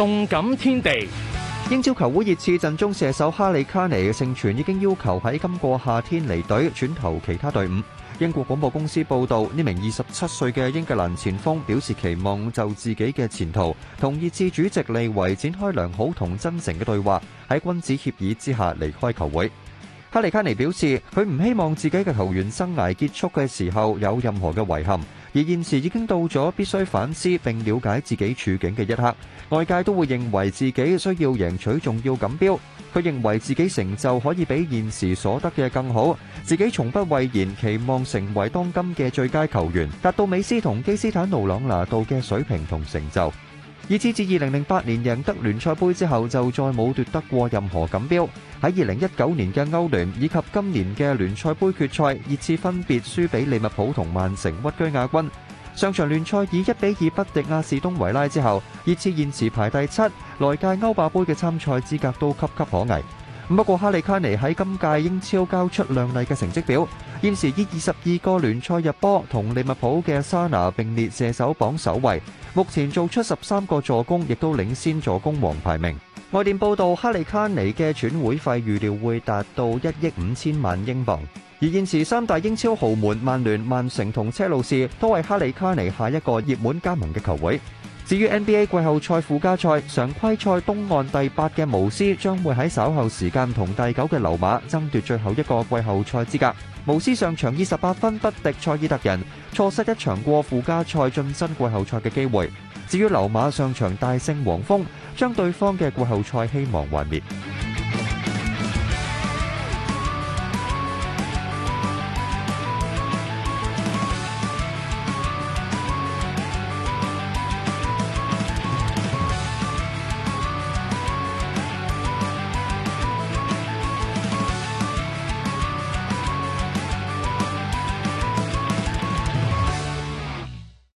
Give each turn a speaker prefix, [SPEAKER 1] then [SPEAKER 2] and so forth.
[SPEAKER 1] 動感天地，
[SPEAKER 2] 英超球會熱刺陣中射手哈利卡尼嘅盛傳已經要求喺今個夏天離隊，轉投其他隊伍。英國廣播公司報道，呢名27歲嘅英格蘭前鋒表示期望就自己嘅前途同熱刺主席利維展開良好同真誠嘅對話，喺君子協議之下離開球會。哈利卡尼表示，佢唔希望自己嘅球員生涯結束嘅時候有任何嘅遺憾，而現時已經到咗必須反思並了解自己處境嘅一刻。外界都會認為自己需要贏取重要錦標，佢認為自己成就可以比現時所得嘅更好，自己從不諱言期望成為當今嘅最佳球員，達到美斯同基斯坦奴朗拿度嘅水平同成就。熱刺自2008年贏得聯賽杯之後就再冇奪得過任何錦標，喺2019年嘅歐聯以及今年嘅聯賽杯決賽，熱刺分別輸俾利物浦同曼城，屈居亞軍。上場聯賽以1-2不敵亞士東維拉之後，熱刺現時排第7，來屆歐霸杯嘅參賽資格都岌岌可危。不過哈利卡尼喺今屆英超交出亮麗嘅成績表，現時以22個聯賽入波，同利物浦嘅沙拿並列射手榜首位，目前做出13個助攻，亦都領先助攻王排名。外電報道，哈利卡尼嘅轉會費預料會達到1億5千萬英鎊。而現時三大英超豪門曼聯、曼城同車路士都係哈利卡尼下一個熱門加盟嘅球會。至於 NBA 季後賽附加賽常規賽東岸第8嘅巫師將會喺稍後時間同第9嘅溜馬爭奪最後一個季後賽資格。巫師上場以18分不敵塞爾特人，錯失一場過附加賽晉身季後賽嘅機會。至於溜馬上場大勝黃蜂，將對方嘅季後賽希望幻滅。